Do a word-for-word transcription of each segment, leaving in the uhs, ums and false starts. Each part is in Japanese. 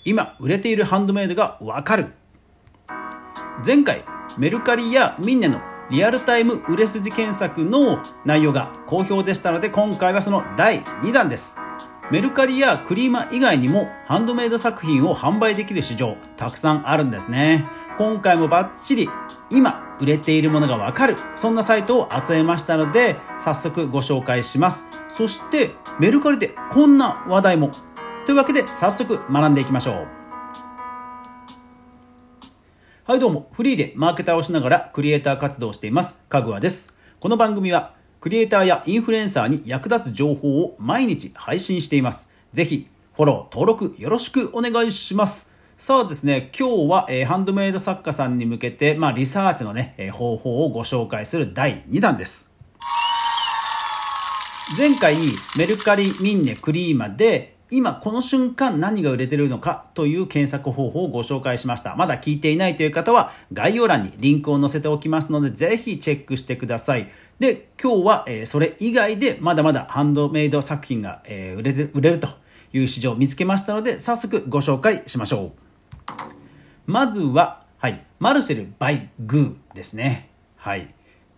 今売れているハンドメイドがわかる。前回メルカリやミンネのリアルタイム売れ筋検索の内容が好評でしたので、今回はそのだいにだんです。メルカリやクリーマ以外にもハンドメイド作品を販売できる市場たくさんあるんですね。今回もバッチリ今売れているものがわかる、そんなサイトを集めましたので早速ご紹介します。そしてメルカリでこんな話題もというわけで早速学んでいきましょう。はい、どうもフリーでマーケターをしながらクリエイター活動をしていますかぐわです。この番組はクリエイターやインフルエンサーに役立つ情報を毎日配信しています。ぜひフォロー登録よろしくお願いします。さあですね、今日は、えー、ハンドメイド作家さんに向けて、まあ、リサーチのね、えー、方法をご紹介するだいにだんです。前回メルカリ、ミンネ、クリーマで今この瞬間何が売れているのかという検索方法をご紹介しました。まだ聞いていないという方は概要欄にリンクを載せておきますので、ぜひチェックしてください。で、今日は、えー、それ以外でまだまだハンドメイド作品が、えー、売れて、売れるという市場を見つけましたので、早速ご紹介しましょう。まずは、はい、マルシェル by グーですね。はい。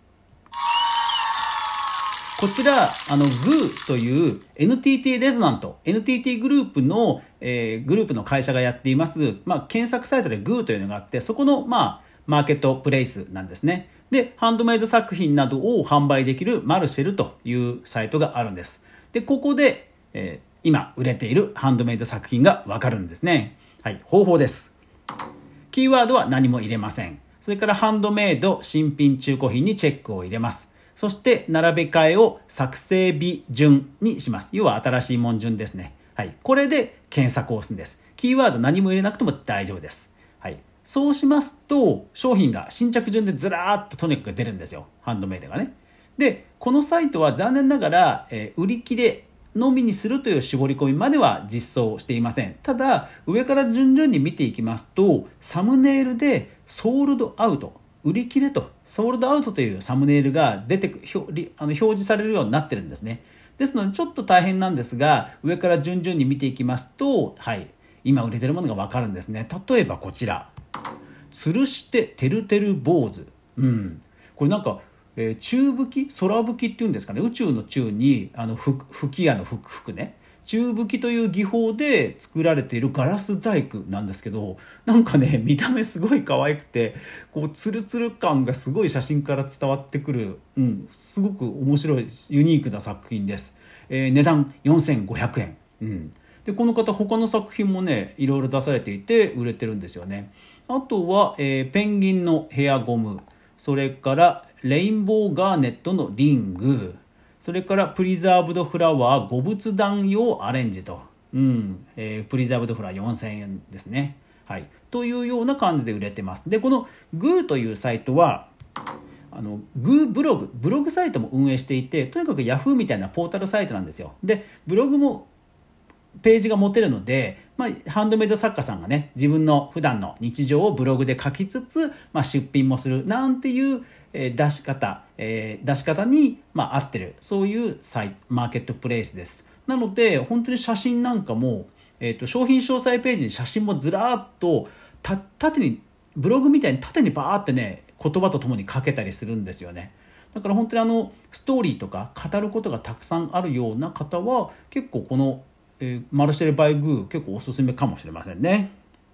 こちら、あの、グーという エヌティーティー レゾナント、エヌティーティー グループの、えー、グループの会社がやっています、まあ、検索サイトでグーというのがあって、そこの、まあ、マーケットプレイスなんですね。で、ハンドメイド作品などを販売できるマルシェルというサイトがあるんです。で、ここで、えー、今売れているハンドメイド作品がわかるんですね。はい、方法です。キーワードは何も入れません。それからハンドメイド、新品、中古品にチェックを入れます。そして並べ替えを作成日順にします。要は新しいもん順ですね。はい。これで検索をするんです。キーワード何も入れなくても大丈夫です。はい。そうしますと、商品が新着順でずらーっととにかく出るんですよ。ハンドメイドがね。で、このサイトは残念ながら、えー、売り切れのみにするという絞り込みまでは実装していません。ただ、上から順々に見ていきますと、サムネイルでソールドアウト、売り切れと、ソールドアウトというサムネイルが出てく、表、あの表示されるようになってるんですね。ですので、ちょっと大変なんですが、上から順々に見ていきますと、はい、今売れてるものがわかるんですね。例えばこちら、吊るしててるてる坊主。うん。これなんか、えー、宙吹き空吹きっていうんですかね、宇宙の宙にあの吹き矢の吹く吹くね、宙吹きという技法で作られているガラス細工なんですけど、なんかね見た目すごい可愛くて、こうツルツル感がすごい写真から伝わってくる、うん、すごく面白いユニークな作品です。えー、値段よんせんごひゃくえん、うん、でこの方他の作品もねいろいろ出されていて売れてるんですよね。あとは、えー、ペンギンのヘアゴム、それからレインボーガーネットのリング、それからプリザーブドフラワー五仏壇用アレンジと、うんえー、プリザーブドフラワーよんせんえんですね。はい、というような感じで売れてます。でこのグーというサイトはあのグーブログブログサイトも運営していて、とにかくヤフーみたいなポータルサイトなんですよ。でブログもページが持てるので、まあ、ハンドメイド作家さんがね自分の普段の日常をブログで書きつつ、まあ、出品もするなんていう、えー、出し方、えー、出し方に、まあ、合ってる、そういうサイマーケットプレイスです。なので本当に写真なんかも、えーと、商品詳細ページに写真もずらーっとた縦にブログみたいに縦にバーってね言葉とともに書けたりするんですよね。だから本当にあのストーリーとか語ることがたくさんあるような方は結構このえー、マルシェル・バイ・グー結構おすすめかもしれませんね。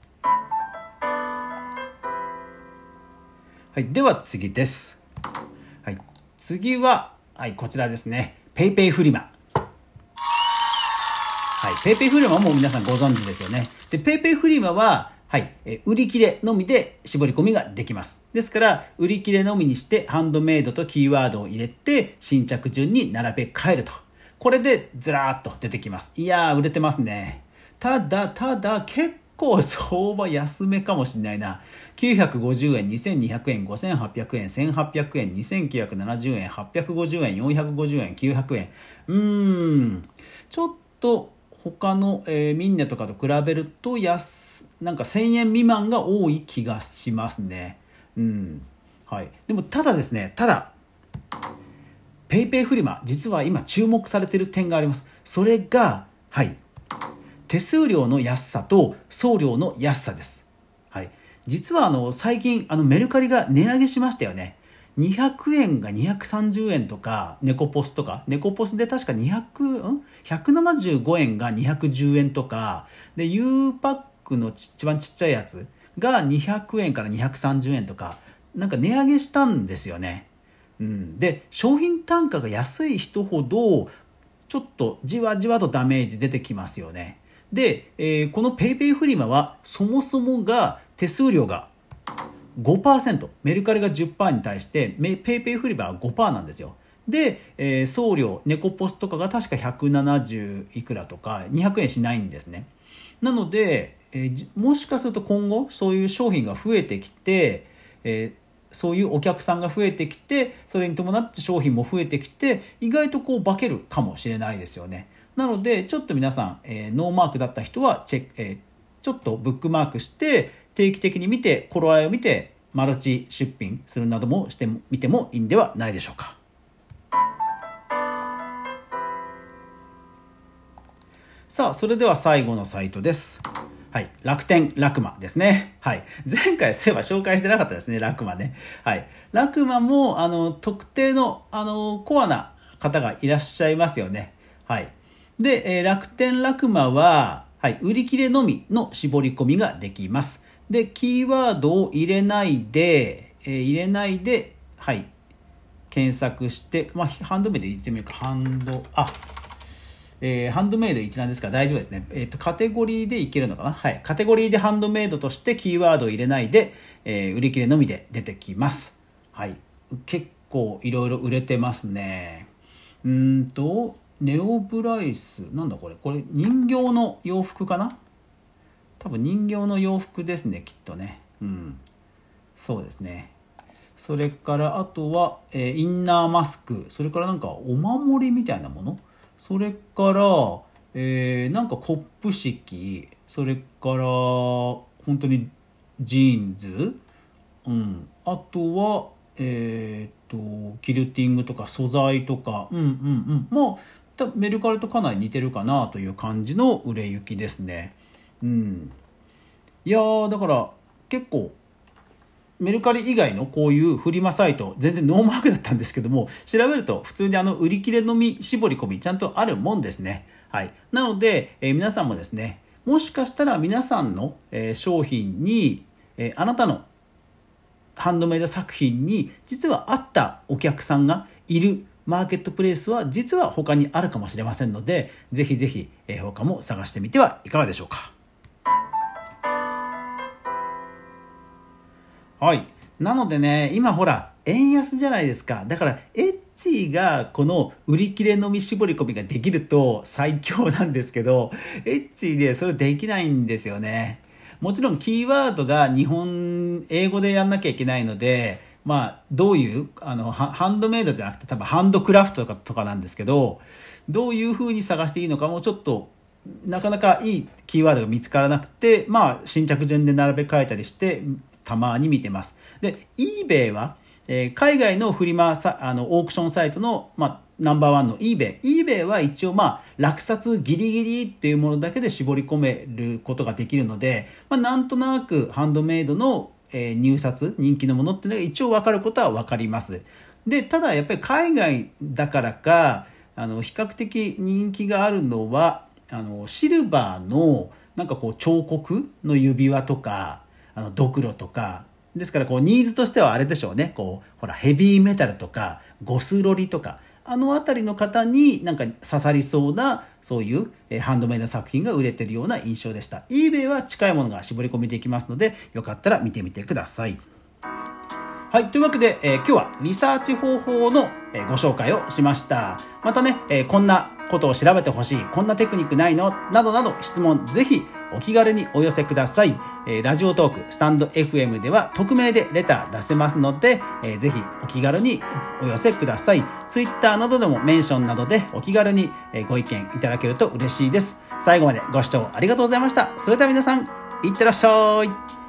はい、では次です。はい、次は、はい、こちらですね。ペイペイフリマ。はい、ペイペイフリマも皆さんご存知ですよね。で、ペイペイフリマは、はい、え売り切れのみで絞り込みができます。ですから売り切れのみにしてハンドメイドとキーワードを入れて新着順に並べ替えると。これでずらーっと出てきます。いやー売れてますね。ただただ結構相場安めかもしれないな。きゅうひゃくごじゅうえん、にせんにひゃくえん、ごせんはっぴゃくえん、せんはっぴゃくえん、にせんきゅうひゃくななじゅうえん、はっぴゃくごじゅうえん、よんひゃくごじゅうえん、きゅうひゃくえん。うーんちょっと他の、えー、ミンネとかと比べると安なんかせんえん未満が多い気がしますね。うんはい、でもただですねただペイペイフリマ実は今注目されている点があります。それがはい手数料の安さと送料の安さです。はい、実はあの最近あのメルカリが値上げしましたよね。にひゃくえんがにひゃくさんじゅうえんとか、ネコポスとか、ネコポスで確かにひゃく、んひゃくななじゅうごえんがにひゃくじゅうえんとかで、 U パックの一番ちっちゃいやつがにひゃくえんからにひゃくさんじゅうえんとか、なんか値上げしたんですよね。うん、で商品単価が安い人ほどちょっとじわじわとダメージ出てきますよね。で、えー、この PayPay フリマはそもそもが手数料がごパーセント、メルカリが じゅっパーセント に対して PayPay フリマは ごパーセント なんですよ。で、えー、送料ネコポスとかが確かひゃくななじゅういくらとかにひゃくえんしないんですね。なので、えー、もしかすると今後そういう商品が増えてきて、えー、そういうお客さんが増えてきて、それに伴って商品も増えてきて、意外とこう化けるかもしれないですよね。なのでちょっと皆さん、えー、ノーマークだった人はチェック、えー、ちょっとブックマークして定期的に見て、頃合いを見てマルチ出品するなどもしてみてもいいんではないでしょうか。さあ、それでは最後のサイトです。はい、楽天ラクマですね。はい、前回そういえば紹介してなかったですね、ラクマね。はい、ラクマもあの特定のあのコアな方がいらっしゃいますよね。はい、で、えー、楽天ラクマは、はい、売り切れのみの絞り込みができます。でキーワードを入れないで、えー、入れないで、はい、検索して、まあ、ハンドメイドで言ってみるか、ハンドあ、えー、ハンドメイド一覧ですから大丈夫ですね。えーと、カテゴリーでいけるのかな。はい、カテゴリーでハンドメイドとしてキーワードを入れないで、えー、売り切れのみで出てきます。はい、結構いろいろ売れてますね。うーんとネオブライス、なんだこれこれ人形の洋服かな。多分人形の洋服ですね、きっとね。うん、そうですね。それからあとは、えー、インナーマスク、それからなんかお守りみたいなもの、それから、えー、なんかコップ式、それから本当にジーンズ、うん、あとはえー、っとキルティングとか素材とか、うんうんうん、まあメルカリとかなり似てるかなという感じの売れ行きですね。うん、いやーだから結構メルカリ以外のこういうフリマサイト全然ノーマークだったんですけども、調べると普通にあの売り切れのみ絞り込みちゃんとあるもんですね。はい、なので、えー、皆さんもですね、もしかしたら皆さんの、えー、商品に、えー、あなたのハンドメイド作品に実は合ったお客さんがいるマーケットプレイスは実は他にあるかもしれませんので、ぜひぜひ、えー、他も探してみてはいかがでしょうか。はい、なのでね、今ほら円安じゃないですか。だからエッチーがこの売り切れのみ絞り込みができると最強なんですけど、エッチーでそれできないんですよね。もちろんキーワードが日本英語でやんなきゃいけないので、まあどういうあのハンドメイドじゃなくて多分ハンドクラフトとかとかなんですけど、どういう風に探していいのかもちょっとなかなかいいキーワードが見つからなくて、まあ新着順で並べ替えたりしてたまに見てます。で eBay は、えー、海外のフリマさあのオークションサイトの、まあ、ナンバーワンの eBay eBay は一応、まあ、落札ギリギリっていうものだけで絞り込めることができるので、まあ、なんとなくハンドメイドの、えー、入札人気のものっていうのが一応分かることは分かります。でただやっぱり海外だからかあの比較的人気があるのはあのシルバーのなんかこう彫刻の指輪とかあのドクロとかですから、こうニーズとしてはあれでしょうね。こうほらヘビーメタルとかゴスロリとかあのあたりの方になんか刺さりそうなそういうハンドメイド作品が売れてるような印象でした。 eBay は近いものが絞り込みできますので、よかったら見てみてください。はい、というわけで、えー、今日はリサーチ方法の、えー、ご紹介をしました。またね、えー、こんなことを調べてほしい、こんなテクニックないのなどなど質問ぜひお気軽にお寄せください。えー、ラジオトークスタンド エフエム では匿名でレター出せますので、えー、ぜひお気軽にお寄せください。ツイッターなどでもメンションなどでお気軽にご意見いただけると嬉しいです。最後までご視聴ありがとうございました。それでは皆さんいってらっしゃい。